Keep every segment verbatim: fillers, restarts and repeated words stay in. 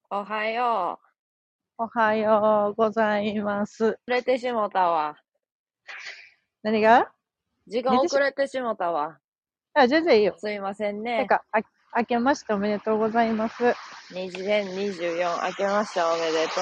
おはよおはようございます。 う。遅れてしもたわ。 何が時間寝てし、 遅れてしもたわ。 あ、全然いいよ。 すいませんね。 てか、あ、明けましておめでとうございます。 にせんにじゅうよん明けましておめでと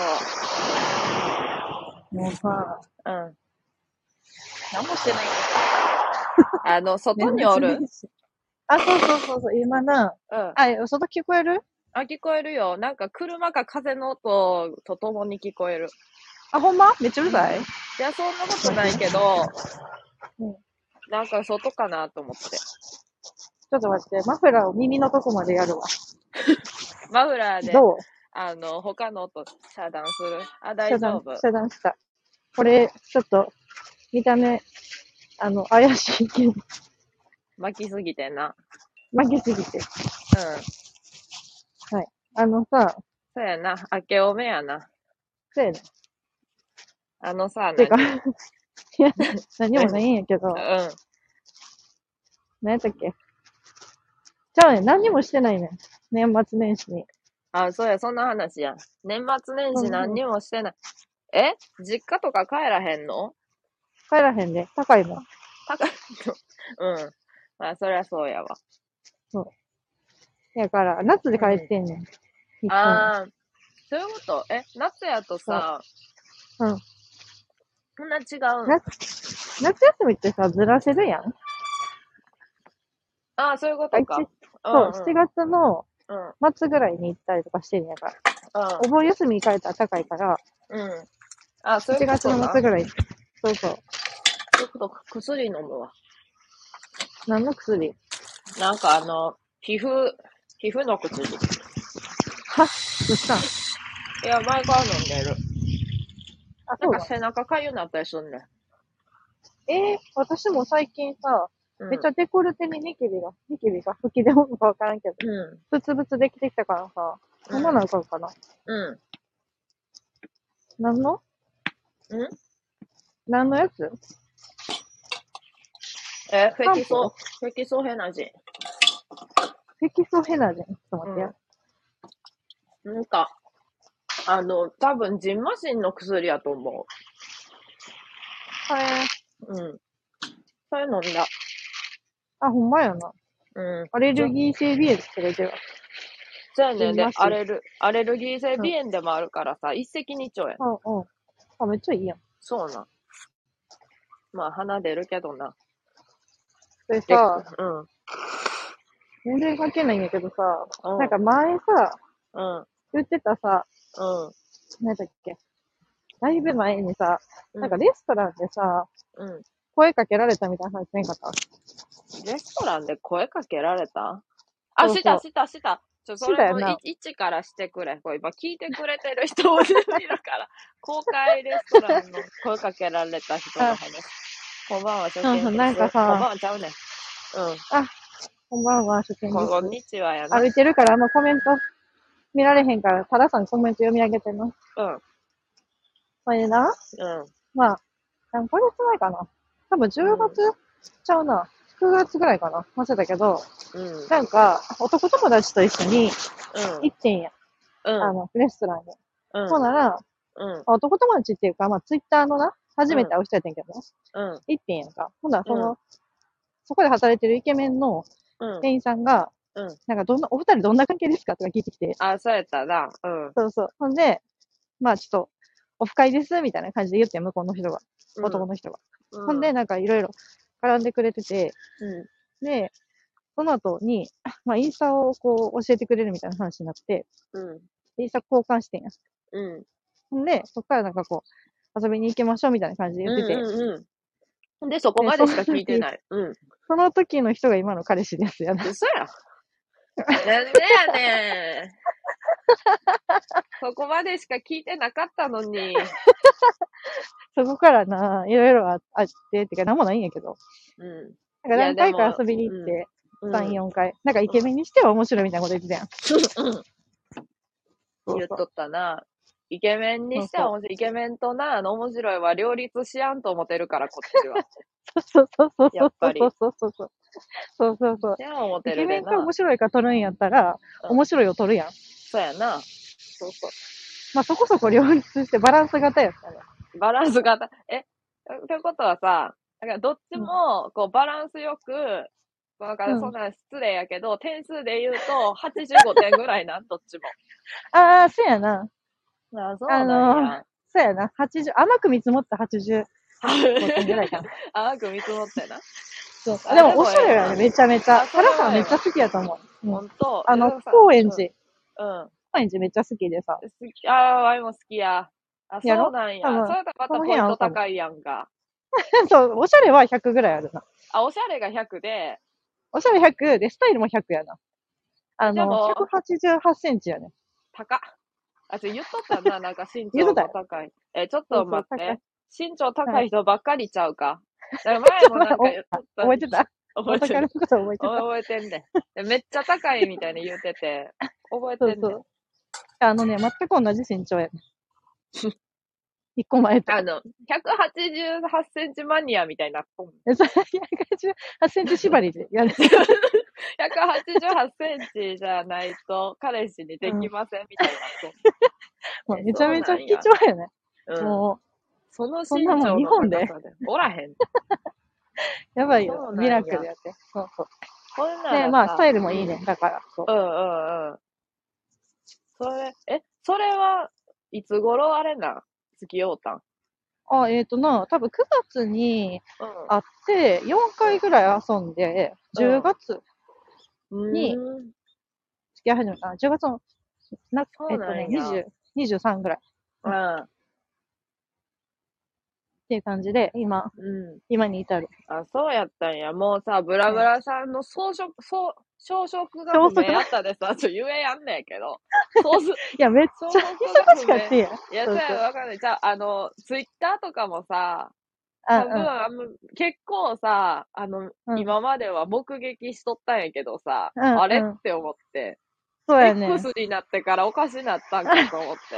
もうさ、 う。うん。 何もしてないんだあの、 けど。 外に年おる？ 末年始。あ、そうそうそうそう、今な。 うん。 あ、外聞こえる？ あ、聞こえるよ。なんか車か風の音とともに聞こえる。 あ、ほんまめっちゃうるうん。 さい？ いや、そんなことない待って。 けど、 うん。ちなんか外かなと思って。 ょっと待って。マフラーを耳のとこまでやるわ。 マフラーで、 どう？ あの、他の音遮断する？あ、大遮断、 丈夫。 遮断した。これ、ちょっと、見た目、あの、怪しいけど、 巻きすぎてんな。 負けすぎて。 うん。 はい。あのさ、 そうやな。明けおめやな。 せやねん。 あのさ、 てか、 何？ いや、何もな何？ いんやけど、 うん。 何やったっけ？じゃあね、何にもしてないねん。年末年始に。 あ、そうや、そんな話や。年末年始何にそんな話。 もしてない。え実家とか帰らへんの？ 帰らへんで。高いもん。 高いの？うん。まあ、そりゃそうやわ。 そう。だから、夏で帰っうん。 てんねん。いつも。 あー、そういうこと？え、夏やとそさ、 う。うん。 そんな違うん？ 夏、夏休みってさ、ずらせるやん。 ああ、そういうこあ、いち、 とか。うそう、7 ん月のうん。 末ぐらいに行ったりとかしてんねやから。 うん。 お盆休みに帰ったら高いから、 うん。あ、そういう 7月ことな。 の末ぐらい。そうそう。 そういうことか。薬飲むわ。 何の薬？ なんかあの、皮膚、皮膚の薬。いはどうしたん？ や、前から飲んでる。 あ、 なんそうなの？ か背中かゆなったりすんねん。 えー、私も最近さ、 うん。 めっちゃデコルテにニキビが、ニキビが吹き出るのかわからんけど、 うん。 ブツブツできてきたからさ、 うん。 飲まなあかんかな。 うん。 何のん何のやつ？ え、フェキソ、 漢方？ フェキソヘナジフェキソヘナジン。ちょっと待ってや。 ン。うん。なんか、あの、多分、ジンマシンの薬やと思これ、 う。うん。それ飲んだ。 あ、ほんまやな。 うん。 アレじゃ、 ルギー性鼻炎って書いてるわ。 そうやねんで、 ジンマシン。 アレル、アレルギー性うん。 鼻炎でもあるからさ、一石二鳥やねん。 あ、うん。あ、めっちゃいいやん。 そうなん。まあ、鼻出るけどな。で、 でさ、 うん。 全然関係ないんやけどさ、 うん。 なんか前さ、 うん。 言ってたさ、 うん。 なんだっけ、だいぶ前にさ、なんかうん。 レストランでさ、 うん。 声かけられたみたいな話せんかった？ レストランで声かけられた？あ、した、 そうそう。 した、した。ちょ、それもいしてたよな。 一からしてくれ。これ今聞いてくれてる人もいるから、公開レストランの声かけられた人のあ、 話。こんばんは、初うんうん、なん見です。 かさ、 こんばんはちゃうねん。うん。 あ、こんばんは、初見です。 こんにちはやな。 歩いてるからあんまコメント見られへんから、たださんコメント読み上げてな。 うん。 それでな、 うん。 まあ、何ヶ月前かな。多分10 うん。 月ちゃうな。くがつぐらいかな。忘れたけど、 うん。 なんか、男友達と一緒にうん。 行ってんや。 うん。 あの、レストランで。 うん。 ほんなら、 うん。 男友達っていうか、まあ、ツイッターのな、初うん。 めて会う人やってんけどね。 うん。 行ってんやんか。ほんなら、 うん。 その、そこで働いてるイケメンのうん。 店員さんが、 うん。 なんかどんな、お二人どんな関係ですかとか聞いてきて。 あ、そうやったな。うん。 そうそう。ほんで、まあちょっと、オフ会です、みたいな感じで言ってん、向こうの人が。 うん。 男の人が。ほんうん。 で、なんかいろいろ絡んでくれてて、 うん。 で、その後に、まあインスタをこう教えてくれるみたいな話になって、 うん。 インスタ交換してんや。 うん。 ほんで、そっからなんかこう、遊びに行きましょうみたいな感じでうん。 言ってて、 うん。で、そこで、そのまでしか聞いて時、 ない。うん。 その時の人が今の彼氏ですやな。 嘘や。なんでやねん。そこまでしか聞いてなかったのに。 そこからな、いろいろああって、ってかなんもないんやけど、 うん。 なんかいや、 何回かでも、 遊びに行っうん。 て、さん、 うん。 よんかい。なんかイケメンにしては面白いみたいなこと言ってたやん。 うん。 そうそう。 言っとったな。イケメンにそうそう。 しては面白い。イケメンとな、あの面白いは両立しやんと思ってるから、こっちは。 そうそうそうやそうそうっぱり。 そうそうそう。そうそうそう。 せや思ってイケメるでな。 ンか面白いか取るんやったら、 うん。 面白いを取るやん。 そうやな。 そうそう。 まあそこそこ両立してバランス型やったね。 バランス型。え、ってことはさ、だからどっちも、こう、バランスよく、だからそんな失礼やけど、点数で言うと、はちじゅうごてんぐらいなん、どっちも。 ああ、そうやな。 ああ、そうあなんのー、 や。 そうやな。はちじゅう、甘く見積もったはちじゅうごてんぐらいかな。 甘く見積もってな。 そう。 あでも、おしゃええわ。 れやね、めちゃめちゃ。 あ、それ原さんはええわ。 めっちゃ好きやと思う。うん。 ほんと。 あの、 でもさ、 高円寺。 うん。うん。 高円寺めっちゃ好きでさ。 好き、ああ、ワイも好きや。あ、 やろそうなんや。そ多分、 れとまこのたポイン辺合うかも。 ト高いやんか。 そう、おしゃれはひゃくぐらいあるな。 あ、おしゃれがひゃくで、 おしゃれひゃくで、スタイルもひゃくやな。あの、 じゃあもう、 ひゃくはちじゅうはちセンチやね。 高っ。あ、ちょ、言っとったな、なんか身長言うとったよ。 が高い。え、ちょっとそうそう、高い。 待って。身長高はい。 い人ばっかりちゃうか。だからちょっと待って、 前もなんか言っとった。 覚えてた覚えてる。 元カノのこと覚えてた。 覚えてんで。めっちゃ高いみたいに言うてて、覚えてんで。 そうそう。あのね、全く同じ身長やね。一個前と。 あの、ひゃくはちじゅうはちセンチマニアみたいになっとん。 え、それ、ひゃくはちじゅうはちセンチ縛りでやる。 ひゃくはちじゅうはちセンチじゃないと彼氏にできませんみたいになっとん。 もうえ、 めちゃめちゃ貴そうなんや。 重やね。 うん。 もそのう、そんなもん身長の日本で、 高さで。おらへん。 やばいよ。 そうミなんや。 ラクルやって。そうそう。 ほんなで、まあ、スらさ、 タイルもいいね。だから、そう。 うんうんうん。それ、え、それはいつ頃あれな、付き合うたん？ あ、えっとな、多分くがつにうん。 会って、よんかいぐらい遊んで、 うじゅうがつん。 にうーん。 付き合い始めた。じゅうがつの、な、 そうえっとね、 なんや。 にじゅう、にじゅうさんぐらい。うん。っうん。 ていう感じで、今、 うん。 今に至る。 あ、そうやったんや。もうさ、ブラブね。 ラさんの装飾、そう、小食が不明消息が、いやったでさ、ちょ、言えやんねんけど。そうす、 や、めっちゃ小食が忙し不明。 かったやん。 いや、そうや、 そうそう。 わかんない。じゃあ、あの、ツイッターとかもさ、 あ、 多分、あの、結構さ、あの、 うん、うん、 今までは目撃しとったんやけどさ、 うん、 あれうん。 って思って、 そうやね。 X になってからおかしなったんかと思って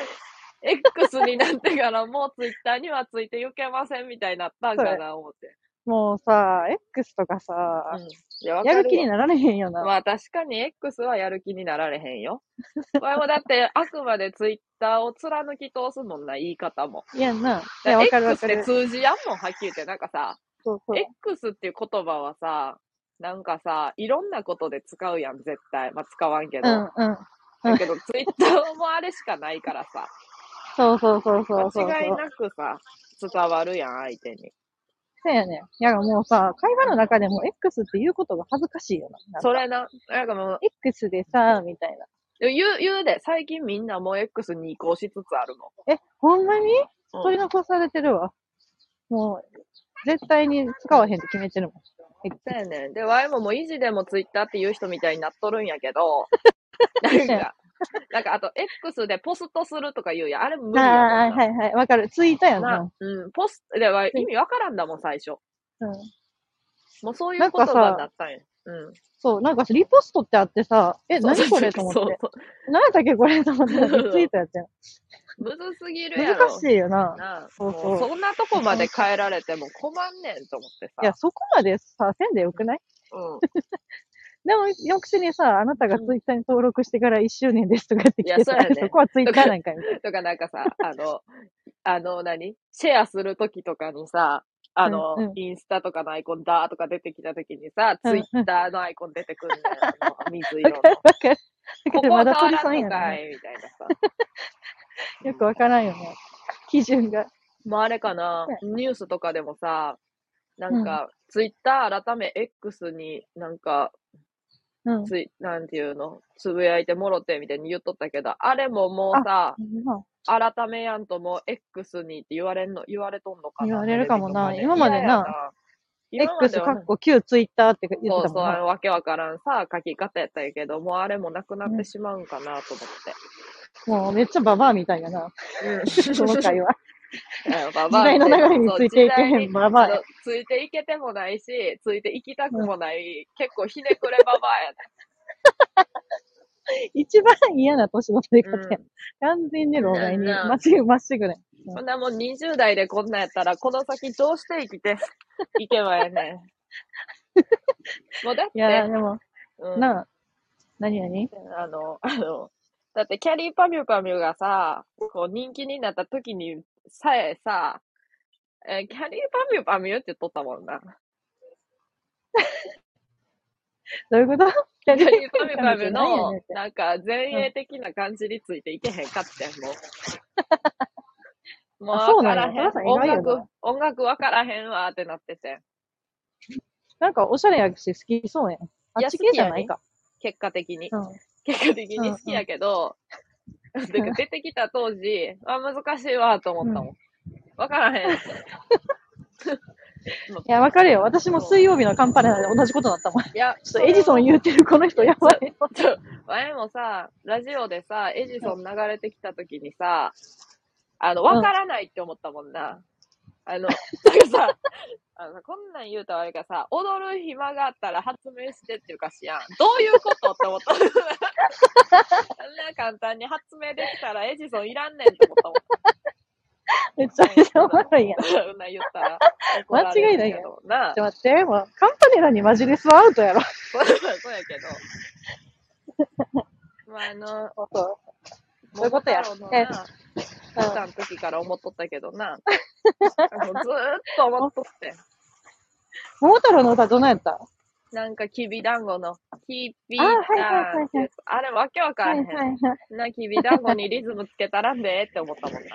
。X になってからもうツイッターにはついていけませんみたいになったんそうや。 かな思って。 もうさ、X とかうさ、 ん。いや、わやるかるよ。 気になられへんよな。 まあ確かに X はやる気になられへんよ。これもだってあくまでツイッターを貫き通すもんな、言い方も。 いやんな。いだや、わかるわ X ってかる。 通じやんもん、はっきり言って。なんかさ、 そうそう。 X っていう言葉はさ、なんかさ、いろんなことで使うやん、絶対。まあ使わんけど。 うん、うん。うん。 だけど、ツイッターもあれしかないからさ、 そうそうそうそうそうそう。 間違いなくさ、伝わるやん、相手に。 そうやね。いや、もうさ、会話の中でも X って言うことが恥ずかしいよな。なんか、 それな、なんかもう、 X でさ、みたいな。 言う、言うで、最近みんなもう X に移行しつつあるえ、ほんまにの。うん。 取り残されてるわ。もう、絶対に使わへんって決めてるもん。 そう X。 やねん。で、ワイももう意地でもツイッターっていう人みたいになっとるんやけど、なんねか、なんかあと X でポストするとか言うやん。あれ無あ理やもんあ、 な。 はいはい。わかる。ツイートやんな、 な。 うん、ポス、ではツイ意味わからんだもん、最初。 うん。 もうそういうなん言葉になかさ、 ったんや。うん。 そう、なんかリポストってあってさ、え、 そうそう何こそうそれと思って。 う。 何やったっけこれと思ったらリツイートやってん。 むずすぎる難やろ。 しいよな。 なあ、もうそうそう。 そんなとこまで変えられても困んねんと思っていや、 さ。 そこまでさ、せんでよくない？ うん。 でも、翌日にさ、あなたがうん。 ツイッターに登録してからいっしゅうねんですとかっていや、 来てさ、 そうやね。 そこはツイッとか、 ターなんかみたいとかなんかさ、あの、あの何、シェアするときとかにさ、あな。うん、 の、 うん、 インスタとかのアイコンだーとか出てきたときにさ、 うん、 ツイッうん。 ターのアイコン出てくんねん。あの、水わかる色の。 わかる。だかここはらまだ鳥変わらんのさんやねんな。 かいみたいなさ。 よくわからんよね。基準が。 もうあれかな、ニュースとかでもさ、なんうん、 か、ツイッター改め X になんか、 うん。 つい、なんていうの、つぶやいてもろてみたいに言っとったけど、あれももうあ、 さ、 今改めやんともう X にって言われんの、言われとんのかな、 言われテレるかもな。 ビとかで。 今ま嫌でな、 やな。今まで X はな、 かっこ旧ツイッターって言ってそうそう、 たもんな。 あのわけわからんさ、書き方やったんやけど、もうあれもなくなってうん。 しまうんかなと思って。 もうめっちゃババアみたいやな。 うん。 この会話。 うんバ時代のバアみたいな。そう、 流れについていけへ時代に、 んババアや。 あの、ついていけてもないし、ついていきたくもない、結構ひねくれババアやね。 一番嫌な年の取り方や。 うん。 完全に老害に、まなんな。 っしぐ、まっしぐね。うん。 そんなもんにじゅう代でこんなんやったら、この先どうして生きていけばええねん。もうだっいやー、 て、 でも、 うん。 なあ、なになにあの、あの、 だってキャリーパミュパミュがさ、こう人気になった時にさえさ、えーキャリーパミュパミュって言っとったもんな。 どういうことキャリーキャリーパミュパミュパミュって何やねんのっ、て。 なんか前衛的な感じについていけへんかってん、もう。もうあ、 わそうなんや。 からへん。 トラさん意音外やな。 楽、音楽わからへんわってなってて。 なんかおしゃれやし好きそうやん。あいや、 っち系好きやね。 じゃないか。 結果的に。 うん。 結果的うん。 に好きやけど、で出てきた当時、あ、難しいわと思うん。 ったもん。わからへん。 いや、わかるよ。私も水曜日のカンパネラで同じことだったもん。ちょいや、 っとエジソン言うてるこの人やばいよ。 ちょ、前もさ、ラジオでさ、エジソン流れてきた時にさ、あの、わからないって思ったもんな。あの、なんかさ、あのこんなん言うとあれかさ、踊る暇があったら発明してっていうかしやん。どういうことって思った。あんな簡単に発明できたらエジソンいらんねんって思ったもん。 めちゃめちゃおもろいやん。 そんなん言ったら怒られるけどな。 ちょっと待って、もうカンパネラにマジレスはアウトやろ。 そうそうやけど。まあ、あの、 そうそういうことや。 桃太郎のな、 うん歌の時から思っとったけどな。もうずーっと思っとって。 桃太郎の歌どんなんやったなんか、きびだんごの、きびあだはいはいはいはいんってやつ。あれわけわからへん。 はいはいはい。 な、きびだんごにリズムつけたらんでって思ったもんな。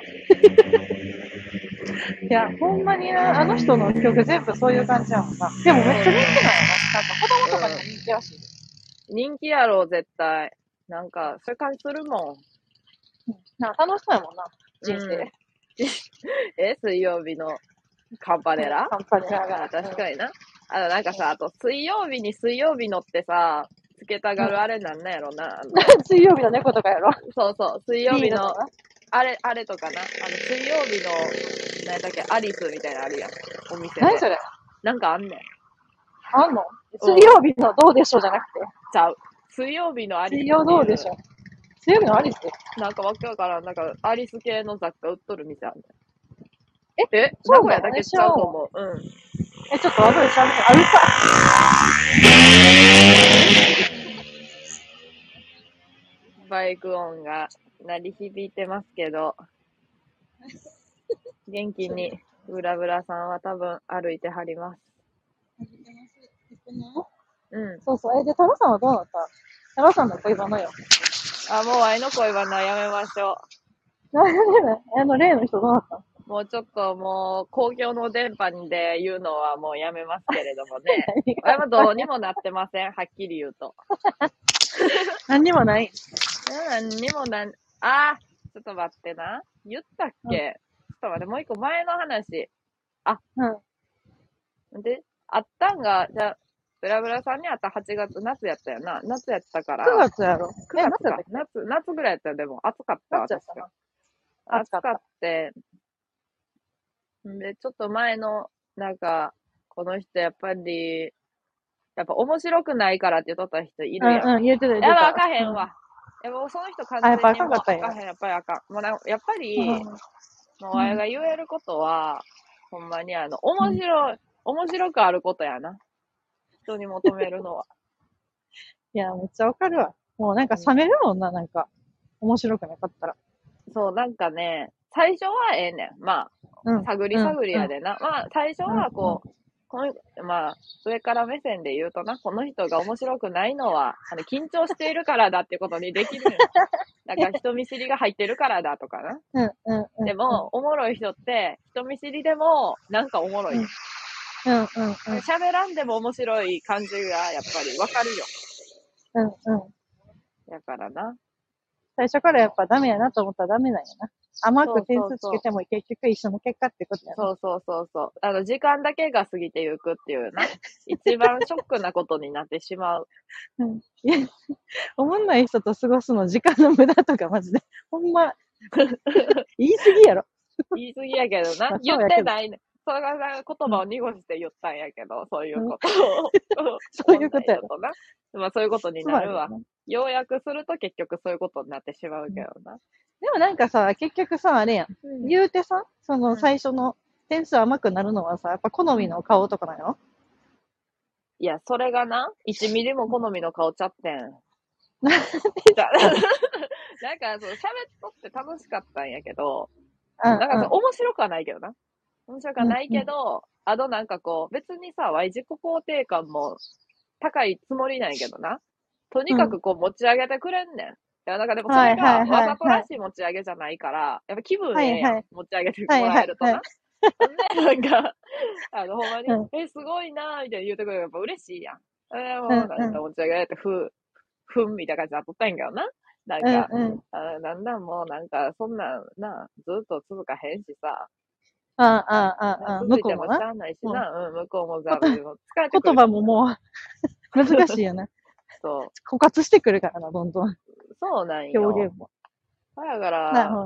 いや、ほんまにな、あの人の曲全部そういう感じやもんな。でもめっちゃ人気なんやな。なんか子供とかにも人気らしい。 人気やろ、絶対。なんか、そういう感じするもん。 なんか楽しそうやもんな、人生。 うん、え、水曜日のカンパネラカンパネラが。 あ、確かにな。あの、なんかさ、あと、水曜日に水曜日のってさ、つけたがるあれなんなんやろな。あの水曜日の猫とかやろ。 そうそう、水曜日のビールとか、 あれ、あれとかな。あの、水曜日の、何だっけ、アリスみたいなのあるやん。お店で。 何それなんかあんねん。 あんの水曜日のどうでしょうじゃなくて。 ちゃう。水曜日のアリス。 水曜どうでしょう。水曜日のアリスなんかわけわからん、なんかアリス系の雑貨売っとる店あんねん。 ええそうなの名古屋だけちゃうと思う。うん。 え、ちょっと後で調べて。あ、うるさバイク音が鳴り響いてますけど、元気にブラブラさんは多分歩いてはります。うん。 そうそう。え、で、タロさんはどうなったタロさんの恋バナよ。 あ、もう愛の恋バナやめましょあの、例の人どうなったう。もうちょっともう公共の電波で言うのはもうやめますけれどもね。あれはどうにもなってません。はっきり言うと。 何にもない。 何にもなん、あー、ちょっと待ってな。言ったっけ、ちょっと待って、もう一個前の話。 うん。 で、あったんが、じゃあ、ブラブラさんにあったはちがつ、夏やったよな。夏やったから。 くがつやろ。 くがつかえ夏やったっ。け夏、夏ぐらいやったよ。でも、暑かった、私夏やったなが。 暑かった暑かって。んで、ちょっと前の、なんか、この人やっぱり、やっぱ面白くないからって言っとった人いるやん。 うんうん、言ってた言ってた。 やば、あかへんわ。やっぱその人完あ、やっぱあ全にもうかんかったんや。 あかへん、やっぱりあかん。もうなやっぱり、 うんもう我が言えることは、ほんまにあの、面白い、面白くあることやな。人に求めるのは。 いや、めっちゃわかるわ。もうなんか冷めるもんな、なんか。面白くなかったら。 そう、なんかね、最初はええねん。まあ、 うん。 探り探りやでな。まあ、最初はこう、この、まあ、上から目線で言うとな、この人が面白くないのは、あの、緊張しているからだってことにできるんよ。だから人見知りが入ってるからだとかな。 うんうんうん。 でも、おもろい人って、人見知りでも、なんかおもろい。 うんうんうんうん。 喋らんでも面白い感じが、やっぱりわかるよ。 うんうん。 だからな。 最初からやっぱダメやなと思ったらダメなんやな。甘く点数つそうそうそうけても結局一緒の結果ってことやな。 そうそうそうそう。あの、時間だけが過ぎてゆくっていうな。一番ショックなことになってしまう。 うん。いや、おもんない人と過ごすの時間の無駄とかマジで。ほんま、言い過ぎやろ。 言い過ぎやけどな。 まあ言そうやけどってないね。それが言葉を濁して言ったんやけど、そういうことを。 そういうことやろ。 とな。まあそういうことになるわ。 そうやね要約すると結局そういうことになってしまうけどな。 でもなんかさ、結局さ、あれやん。 うん言うてさ、そのうん最初の点数甘くなるのはさ、やっぱ好みの顔とかなのいや、それがな、いちミリも好みの顔ちゃってん。じゃなんか、そう、喋っとって楽しかったんやけど、 うんなんかそう、面白くはないけどな。面白くはないうんけど、あとなんかこう、別にさ、わい自己肯定感も高いつもりなんやけどな。とにかくこう持ち上げてくれんねん。いや、なんかでもそれがわざとらしい持ち上げじゃないから、やっぱ気分ええやん。持ち上げてもらえるとな。ほんで、なんか、あの、ほんまに、え、すごいなーみたいな言うてくれるやっぱ嬉しいやん。え、もうなんか持ち上げられて、ふ、ふんみたいな感じでなっとったんやけどな。なんか、あなんなんもうなんか、そんなんな、ずっと続かへんしさ。 ああ、ああ、ああ、 続いてもしゃあないしな。うん、向こうもざ、疲れてくる。 言葉ももう、難しいよね。 そう。 枯渇してくるからな、どんどん。 そうなんよ。 表現も。 だから、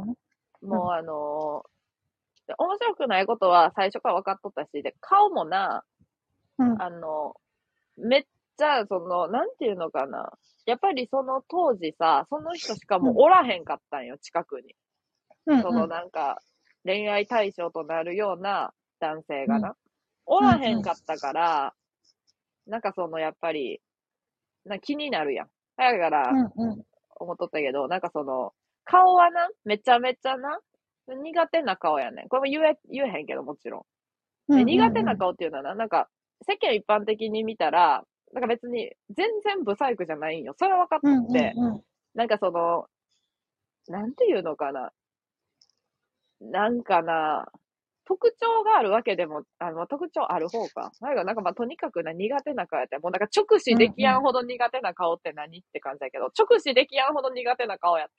もうあのー、面白くないことは最初から分かっとったし、で、顔もな、 うん、 あの、めっちゃ、その、なんていうのかな。やっぱりその当時さ、その人しかもうおらへんかったんよ、近くに。 うん、 そのなんか、恋愛対象となるような男性がな。うん、おらへんかったから、なんかその、やっぱり、な気になるやん。だから、思っとったけど、なんかその、顔はな、めちゃめちゃな、苦手な顔やねん。これも言え、言えへんけど、もちろん。で、苦手な顔っていうのはな、なんか、世間一般的に見たら、なんか別に、全然ブサイクじゃないんよ。それは分かっとって、なんかその、なんていうのかな。なんかな、特徴があるわけでも、あの、特徴ある方か。なんか、なんかまあ、とにかくな、苦手な顔やって、もうなんか直視できやんほど苦手な顔って何って感じだけど、直視できやんほど苦手な顔やって。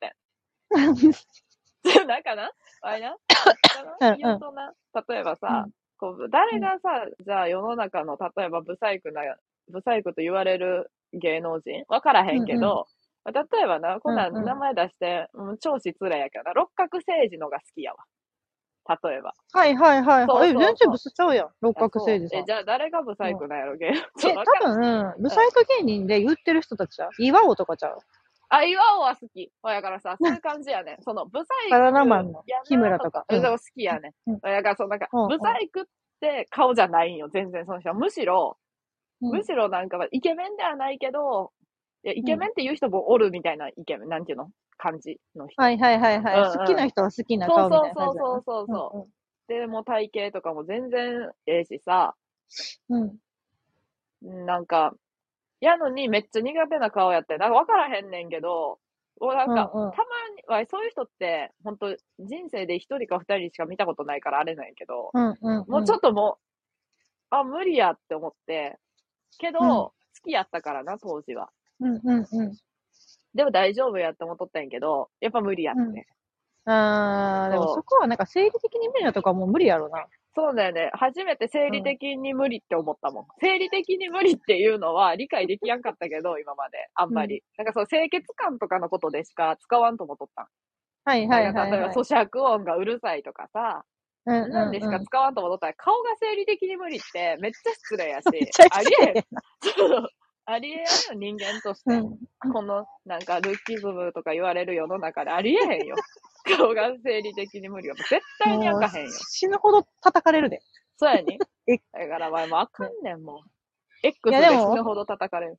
なんかなあれな言うとな、例えばさ、こう、誰がさ、じゃあ世の中の、例えばブサイクな、ブサイクと言われる芸能人わからへんけど、例えばな、こんなん名前出して、うん、超失礼やけどな、六角誠治のが好きやわ。例えば。 はいはいはい。そうそうそうえ、全然ブスちゃうやん。六角誠治さん。 え、じゃあ誰がブサイクなんやろ、芸能人。え、多分、ブサイク芸人で言ってる人たちは、岩尾とかちゃうあ、岩尾は好き。ほやからさ、そういう感じやねん。その、ブサイク。 バナナマンの日村とか。 うん、好きやねん。ほやから、そう、なんか、ブサイクって顔じゃないんよ、全然その人は。むしろ、むしろなんか、イケメンではないけど、いや、イケメンっていう人もおるみたいなイケメン、なんていうの感じの人。 はいはいはいはい。好きな人は好きな顔みたいなそうそうそうそうそう。で、もう体型とかも全然ええしさ。うん。なんか、やのにめっちゃ苦手な顔やって、なんか分からへんねんけど、なんか、うんうん、たまに、そういう人って、本当人生で一人か二人しか見たことないからあれなんやけど、うんうんうん、もうちょっともう、あ、無理やって思って、けど、うん、好きやったからな、当時は。うんうんうん。でも大丈夫やって思っとったんやけど、やっぱ無理やって。 うん、あー、でもそこはなんか生理的に無理なとかもう無理やろな。 そうだよね。初めて生理的に無理って思ったもん。うん、生理的に無理っていうのは理解できやんかったけど、今まで。あんまり。うん、なんかそう、清潔感とかのことでしか使わんと思っとったん。はいはいはい、はい。例えば咀嚼音がうるさいとかさ、うんうんうん、なんでしか使わんと思っとったら、顔が生理的に無理ってめっちゃ失礼やし、ありえへん。ありえやんよ、人間として。うん、この、なんか、ルッキズムとか言われる世の中でありえへんよ。顔が生理的に無理は絶対にあかへんよ。 死ぬほど叩かれるで。 そうやに。だから、もうあかんねん、もう。X で死ぬほど叩かれる。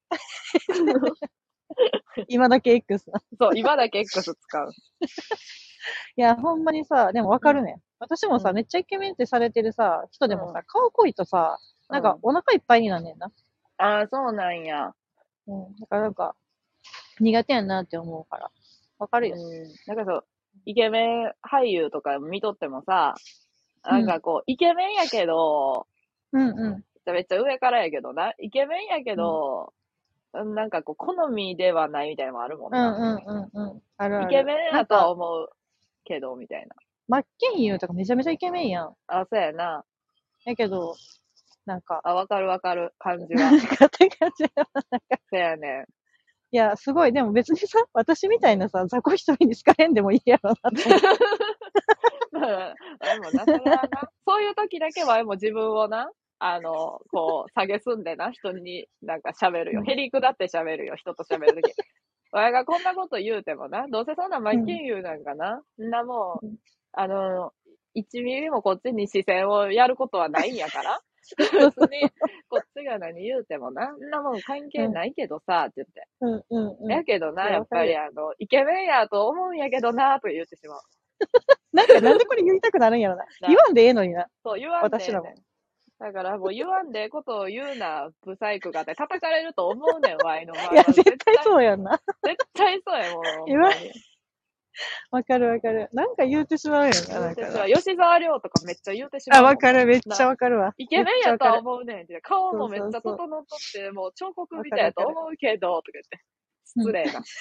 今だけ X。 そう、今だけ X 使う。 いや、ほんまにさ、でもわかるね、うん。私もさ、うん、めっちゃイケメンってされてるさ、人でもさ、うん、顔濃いとさ、なんかお腹いっぱいになんねんな。 うん、ああ、そうなんや。 うん。だからなんか、苦手やなって思うから。わかるよ。うん。 なんかそう、イケメン俳優とか見とってもさ、なんかこう、うん、イケメンやけど、うんうん。めっちゃ上からやけどな。イケメンやけど、うん、なんかこう、好みではないみたいなのもあるもんな。うんうんうんうん。あるある。イケメンやとは思うけど、みたいな。 マッケンユーとかめちゃめちゃイケメンやん。 あ、そうやな。 やけど、なんか。 あ、わかるわかる、感じは。 なんかって感じは。 そうやね。 いや、すごい。でも別にさ、私みたいなさ、雑魚一人に好かれんでもいいやろなと思って。 でもな、それはな、そういう時だけはもう自分をな、あの、こう、下げすんでな、人になんか喋るよ。へりくだって喋るよ、人と喋るとき。親がこんなこと言うてもな、どうせそんなマッケンユーなんかな、んなもう、あの、いちミリもこっちに視線をやることはないんやから。 別に、こっちが何言うてもな、んなもん関係ないけどさ、って言って。 うんうんうん。 やけどな、 いややっぱりあの、イケメンやと思うんやけどな、と言ってしまう。 なんか、なんでこれ言いたくなるんやろな。 な言わんでええのにな。 そう、言わんでえ私らも。 えねん。だからもう言わんでええことを言うな、ブサイクがって叩かれると思うねん、ワイの場合は。 いや、絶対う。 そうやんな。 絶対そうやもん、ほん言わんまに。 わかるわかる。なんか言うてしまうよな。 言なかな。 うんてしまう。吉沢亮とかめっちゃ言うてしまうあ、 もんな。 わかる。めっちゃなわかるわ。 イケメンやとは思うねんって。顔そうもめっちゃそうそう。 整っとって、もう彫刻わみたいやとかるわかる。 思うけど、とか言って。失礼な。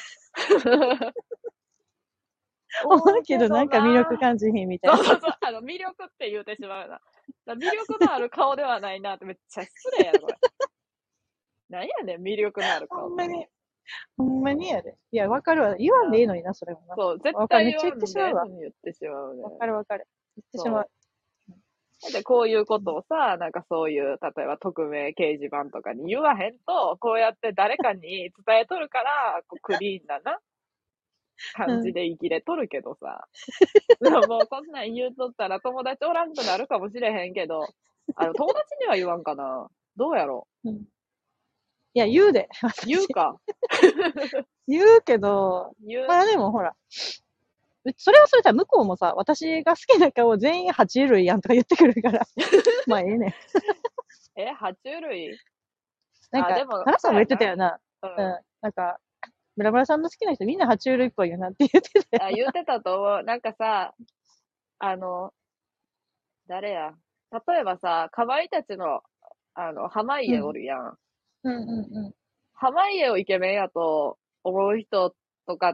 思うけど、 思うけどなんか魅力な。 感じひんみたいな。 そうそうそう。あの、魅力って言うてしまうな。だ魅力のある顔ではないなってめっちゃ失礼やな、これ。なんやねん、魅力のある顔。 ほんまに。ほんまにやで。いや、わかるわ。言わんでええのにな、それもな。 そう、絶わかる。め対っちゃ言言わんでええってしまうわ。 のに言ってしまうね。 わかるわかる。言ってしまう。 で、こういうことをさ、なんかそういう、例えば匿名掲示板とかに言わへんと、こうやって誰かに伝えとるから、こうクリーンなな、感じで生きれとるけどさ。でももうこんなん言うとったら友達おらんくなるかもしれへんけど、あの、友達には言わんかな。どうやろうん。いや、言うで。 う言うか。 言うけど、 言う。 まあでもほら、うそれはそれじゃ向こうもさ、私が好きな顔全員爬虫類やんとか言ってくるから。まあええねん。 え、爬虫類なんか、 あ、でも、 タラさんも言ってたそうよな。 やな。うん。 うん。なんか、ブラブラさんの好きな人みんな爬虫類っぽいよなって言ってたよ。 あ、言うてたと思う。なんかさ、あの、誰や。例えばさ、かまいたちの、あの、濱家おるやん。 うんうんうん。 濱家をイケメンやと思う人とかって、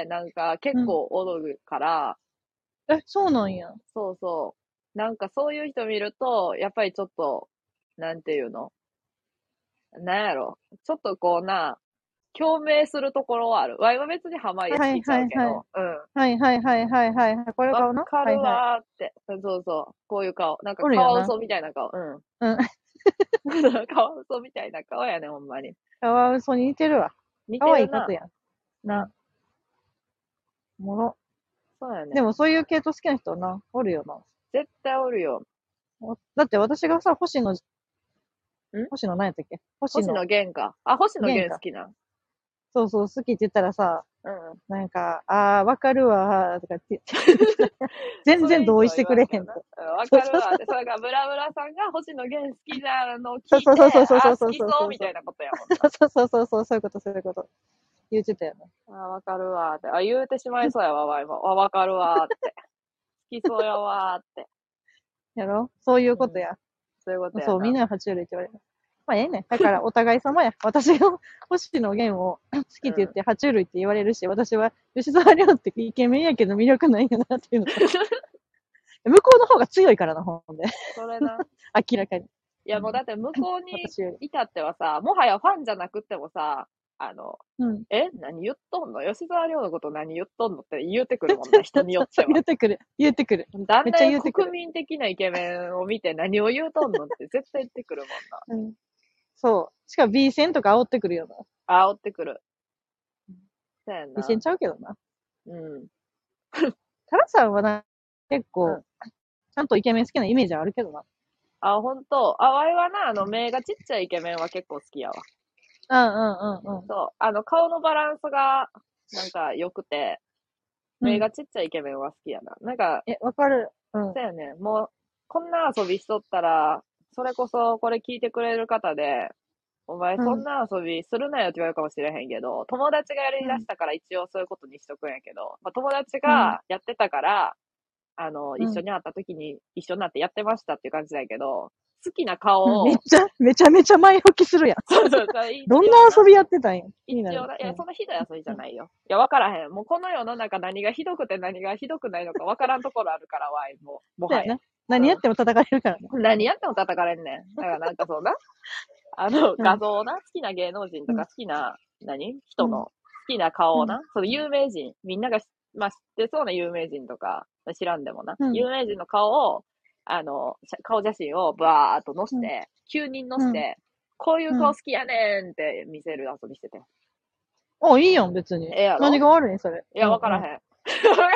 なんか結うん。 構おるから、 え、そうなんや。 そうそう。なんかそういう人見ると、やっぱりちょっと、なんていうのなんやろ。ちょっとこうな、共鳴するところはある。わいは別に濱家好はいきちゃはいはい。 うけど、うん。 はいはいはいはいはいはい。これわ顔なかるはいはい。 わーって。そうそう。こういう顔。なんかカおるよな。 ワウソみたいな顔。うん。 うん。 カワウソみたいな顔やね、ほんまに。 カワウソに似てるわ。可似てるな。 愛いことやん。な。おもろ。 そうやね。 でもそういう系統好きな人はな、おるよな。 絶対おるよ。 おだって私がさ、星野、 ん星野何やったっけ星星野野源か。あ、星野源か。 源好きな。 そうそう、好きって言ったらさ、 うん。 なんか、あー、わかるわー、とかって言って全それ以上然同意してく言わんけどな。 れへんと。 うんわそうそうかるわって。それがブラブラさんが星野源好きなのを聞いて、 そうそうそうそうあ、 そうそう好きそうみそう。 たいなことやもんな。 そうそうそうそう、そういうこと、そういうこと。言ってたよね。 あ、わかるわって。あ、言うてしまいそうやわ、わいも。あ、わかるわって。好きそうやわって。 やろそういううん。 ことや。 そういうことやそう、みんな。 なが爬虫類って言われる。まあ、ええねん。だから、お互い様や。私が星野源を好きって言っうん。 て、爬虫類って言われるし、私は吉沢亮ってイケメンやけど魅力ないよなっていうのと。向こうの方が強いからな、ほんで。 それな。 明らかに。 いや、もうだって向こうに私より。 至ってはさ、もはやファンじゃなくってもさ、あの、 うん。 え何言っとんの吉沢亮のこと何言っとんのって言ってくるもんな、人によっては。 言ってくる。言ってくる。 だんめっちゃだん国言ってくる。 民的なイケメンを見て何を言うとんのって絶対言ってくるもんうん。そう。しかも B 線とか煽ってくるよな。 な。煽ってくる。そうやん B 線な。 ちゃうけどな。 うん。 タラさんはな、結構、 うん。 ちゃんとイケメン好きなイメージあるけどな。 あ、ほんと。あ、わいはな、あの、目がちっちゃいイケメンは結構好きやわ。 うんうんうんうん。 そう。あの、顔のバランスが、なんか良くて、目がちっちゃいイケメンは好きやな。なんか、 え、わかる。うん。 そうやね。もう、こんな遊びしとったら、それこそこれ聞いてくれる方で、お前うん。 そんな遊びするなよって言われるかもしれへんけど、友達がやりうん。 出したから一応そういうことにしとくんやけど、まあ、友達うん。 がやってたから、あの、 うん。 一緒に会った時に一緒になってやってましたっていう感じだけど、好きなうん。 顔を、 めっちゃ、めちゃめちゃ前置きするやん。 そうそうそう、一どんな応な、 遊びやってたんや。気になる。 一応な、いや、 うん。 そんなひどい遊びじうん。 ゃないよ。いや、わからへん。もうこの世の中何がひどくて何がひどくないのかわからんところあるから、わいも、もはや。 そうやな。何やっても叩かれるからな。 うん。何やっても叩かれんねん。だからなんかそうな、あの、 うん。 画像をな、好きな芸能人とうん。 か好きな、何うん。 人の好きな顔うん。 をな、その有名人、みんながし、まあ、知ってそうな有名人とか、知らんでもな、 うん。 有名人の顔を、あの、写顔写真をバーっと載せうん。 て、きゅうにん載うん。 せて、こういううん。 顔好きやねんって見せる遊びしてて。 あ、いいやん、別に。 ええやろ何が悪いん、それ。 いや、 うんうん。 わからへん。わからへん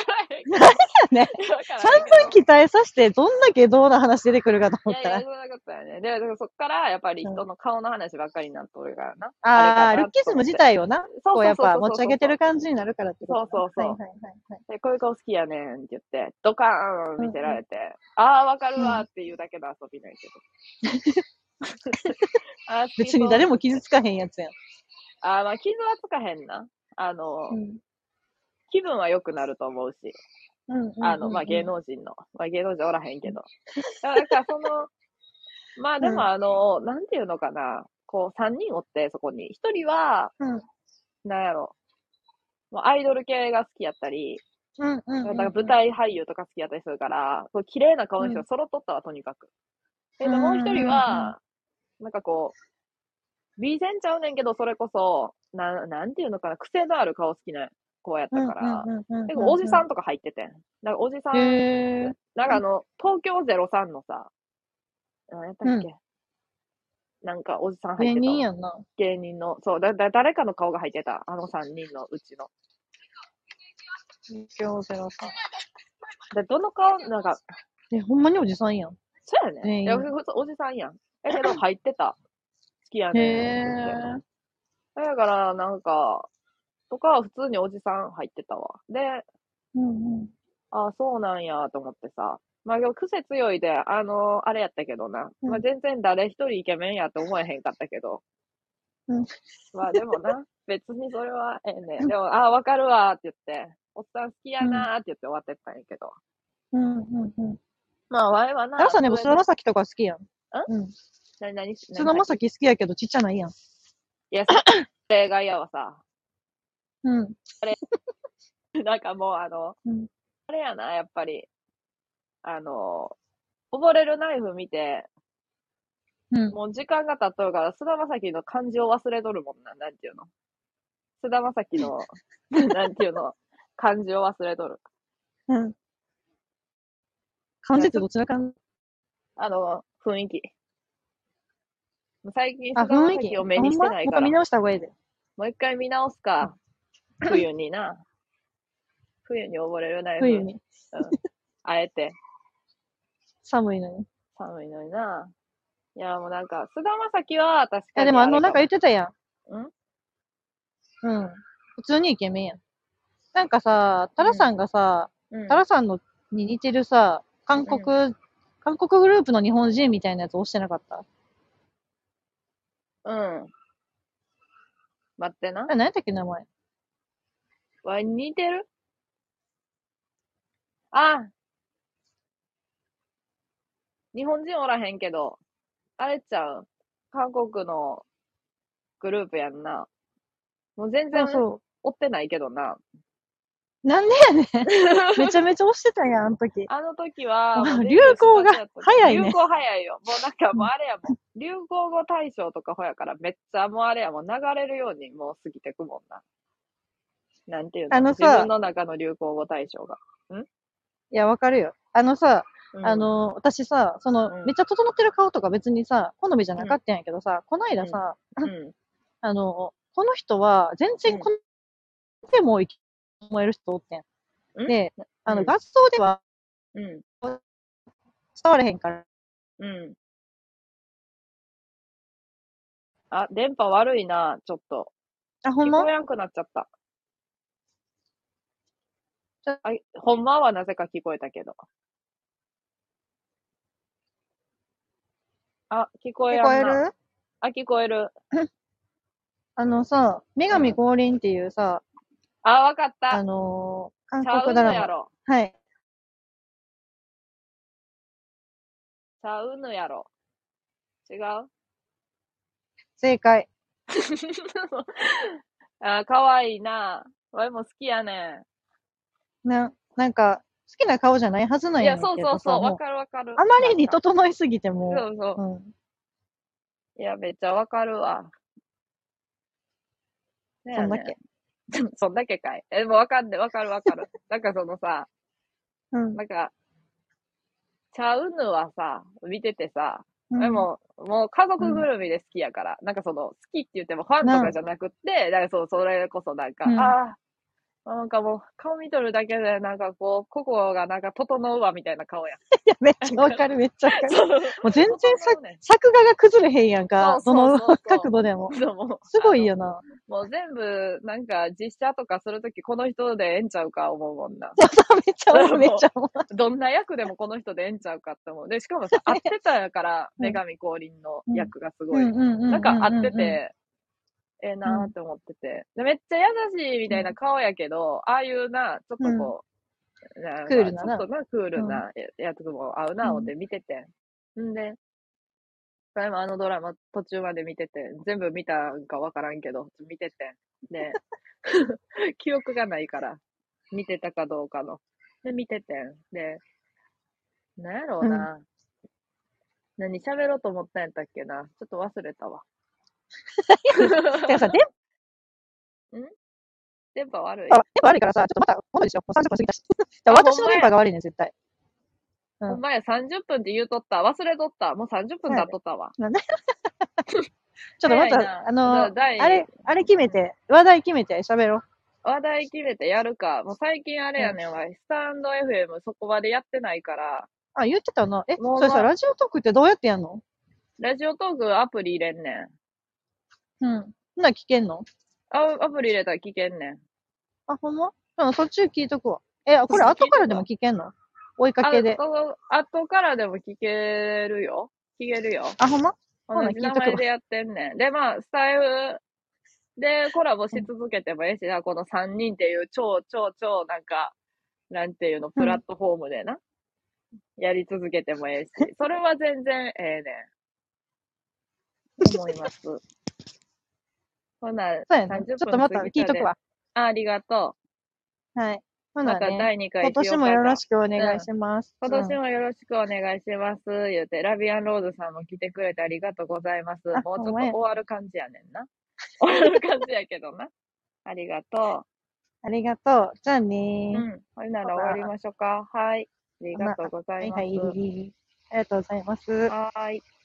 ね。 わから散んけど 々期待させて、どんな下道な話出てくるかといやいや、 思ったら。 そんなことやね。で、だからそっから、やっぱり人の顔の話ばっかりになっとるからな。あれかああ、ルなッキズム自と思って。 体をな、 そうこうやっぱそうそうそうそう持ち上げてる感じになるからってことそうそうそうはいはいはいはい。 で、こういう顔好きやねんって言って、ドカーン見せられて、ああ、わかるわっていうだけの遊びないけど。あー好き別に誰も傷つかへんやつやん。 あーまあ、傷はつかへんな。あの、 うん。 気分は良くなると思うし。 うんうんうんうん。 あの、まあ、芸能人の。まあ、芸能人おらへんけど。だから、その、まあ、でも、あの、なんていうのかな。こう、三人おって、そこに。一人は、 うん。 なんやろ。もうアイドル系が好きやったり、 うんうんうん。 だから舞台俳優とか好きやったりするから、こう綺麗な顔の人が揃っとったわ、とにかく。けど、もう一人は、なんかこう、美前ちゃうねんけど、それこそ、な、なんていうのかな、癖のある顔好きな子やったから、でもおじさんとか入っててん。なんかおじさん、 へー。 なんかあの、東京ゼロさんのさ、何やったっけ、なんかおじさん入っ芸てたわ。 人やんな。 芸人の、そう、だ、だ、誰かの顔が入ってた。あのさんにんのうちの。 東京ゼロさん。 で、どの顔、なんか、 え、ほんまにおじさんやん。 そうやね。 全員いや、普通おじさんやん。だけど入ってた。好きやねんって言って。 へー。 だから、なんか、とか、普通におじさん入ってたわ。で、 うんうん。 あ、そうなんやと思ってさ。まあ、癖強いで、あの、あれやったけどな。まあ、全然誰一人イケメンやって思えへんかったけど。 うん。 まあ、でもな、別にそれはええねん。でも、あ、わかるわって言って、おっさん好きやなーって言って終わってったんやけど。 うんうんうん。 まあ、ワイはな、 タラさんでもそれで、ん菅田将暉とか好きやん。うん。 なになに、なに菅田将暉好きやけどちっちゃないやん。 いや、それが嫌はさ、 うん。 なんかもうあの、 うん。 あれやな、やっぱり、あの、溺れるナイフ見て、 うん。 もう時間が経っとるから、菅田将暉の漢字を忘れとるもんな、なんていうの。菅田将暉の、なんていうの、漢字を忘れとる。 うん。漢字ってどちらかんあの、雰囲気。最近あ、 菅田雰囲気将暉を目にしあほんまてないから、 もう一回見直した方がいいで。 もう一回見直すか、冬にな。冬に溺れるナイフ。 冬に。 うん。あえて、 寒いのに。い寒いのにな。いや、もうなんか、菅田将暉は確かや、でもあの、なんかにあれかも。 言ってたやん。 んうん。普通にイケメンやん。なんかさ、タラさんがさ、 うん。 タラさんのに似てるさ、韓うん国、韓国グループの日本人みたいなやつ押してなかったうん。待ってな。 あれ、何やったっけ、名前。 わ、似てるあ、日本人おらへんけど、あれちゃう。韓国のグループやんな。もう全然そうそ追ってないけどな。 う。なんでやねん。めちゃめちゃ押してたやん、あの時。 あの時は、もう流行が早いね流行早いよ。もうなんかもうあれやもん。流行語大賞とかほやからめっちゃもうあれやもん。流れるようにもう過ぎてくもんな。なんていうのあのさ自分の中の流行語大賞が。んいや、わかるよ。あのさ、 うん、 あの、私さ、その、 うんめっちゃ整ってる顔とか別にさ、好みじゃなかったんやけどさ、こないださ、 うん。 あの、この人は全然このでもいいと思える人おってん。 うんで、あの、 うん合奏ではうん。 伝われへんから、 うん。あ、電波悪いな、ちょっと。 あ、ほんま聞こえなくなっちゃった。 ちょあ、ほんまはなぜか聞こえたけど。あ、聞こえ聞やんな。 こえるあ、聞こえる。 あのさ、女神降臨っていうさ、 あ、わかっあた。 のー韓ちゃう国ドラマ。 のやろ。 はい。 ちゃうのやろ。違う正解。 あ、かわいいな。わいも好きやねな、なんか、好きな顔じゃないはずなんん。いや、 やねんそうけどさ、 そうそう。わもう、 かるわかる。 あまりになんか整いすぎてもそうそうう、うん。 いや、めっちゃわかるわ。ねやねそんだけ。 ん。そんだけかい。え、でもわかんねわかるわかる。なんかそのさ、 うん。 なんか、ちゃうのはさ、見ててさ、 うん、 でも、もう家族ぐるみで好きやから、なんかその、好きって言ってもファンとなかじゃなくって、だからそう、それこそなんか、 うんああ、 なんかもう、顔見とるだけで、なんかこう、心がなんか整うわ、みたいな顔や。 いや、めっちゃわかる、めっちゃわかる。 そう。 もう全然さ整うねん。 作画が崩れへんやんそか。 うそうどのそうそ角度でも。 う。そうもう、 すごあの、 いよな。 もう全部、なんか実写とかするとき、この人でええんちゃうか思うもんな。 めっちゃ思う、めっちゃ思う。 どんな役でもこの人でええんちゃうかって思う。で、しかもさ、合ってたから、 うん女神降臨の役がすうごい。 んうんうんうんうんうん。 なんか合ってて、ええなーって思ってて。でめっちゃ優しいみたいな顔やけど、ああいうな、ちょっとこう、なんか、 クールななちょっとな、クールなやつも合うな、 うん思って見てて。んで、それもあのドラマ途中まで見てて、全部見たんかわからんけど、見てて。で、記憶がないから、見てたかどうかの。で、見ててん。で、なんやろううん。 な。何喋ろうと思ったんやったっけな。ちょっと忘れたわ。 てかさ、電ん電波悪い。 波、電波悪いからさ、ちょっとまた、今度にしよう。もうさんじゅっぷん過ぎたし。じゃああ、 私のほんまや。 電波が悪いね、絶対。うん。 ほんまや、さんじゅっぷんって言うとった。忘れとった。もうさんじゅっぷん経っとったわ。 なんでちょっとまた、 早いな。 あのー、 第、 あれ、あれ決めて、話題決めて喋ろう。 話題決めてやるか。もう最近あれやねんわ。スタンド エフエム そこまでやってないから。 あ、言ってたな。え、 もう、 それさ、 ま、 ラジオトークってどうやってやんの？ ラジオトークアプリ入れんねん。 うん。ほな、聞けんの？ あ、アプリ入れたら聞けんねん。 あ、ほんま？うん、途中聞いとくわ。え、これ後からでも聞けんの？追いかけで。 あ、後からでも聞けるよ。聞けるよ。 あ、ほんま？ほ同な、 じ名前聞いとくわ。 でやってんねん。で、まあ、スタイフでコラボし続けてもええしな、このさんにんっていう超超超なんか、なんていうの、プラットフォームでな、やり続けてもええし、それは全然ええねん。思います。ほな、 そうやな。 30 ちょっとまた分過ぎたで。 聞いとくわ。 あ、ありがとはい。ほう。まなね、 ただいにかい今しようか、 年もよろじゃあ。 しくお願いうん。 します。 今うん。 年もよろしくお願いします。言うて、ラビアンローズさんも来てくれてありがとうございます。 あ、 もうちょっほんまや。 と終わる感じやねんな。終わる感じやけどな。ありがとありがとう。じゃあう。うねん。ほいなー。 ら終わりましょうか。はい。ありほな、 がとうござはいはいます。 い。ありがとうございます。 はーい。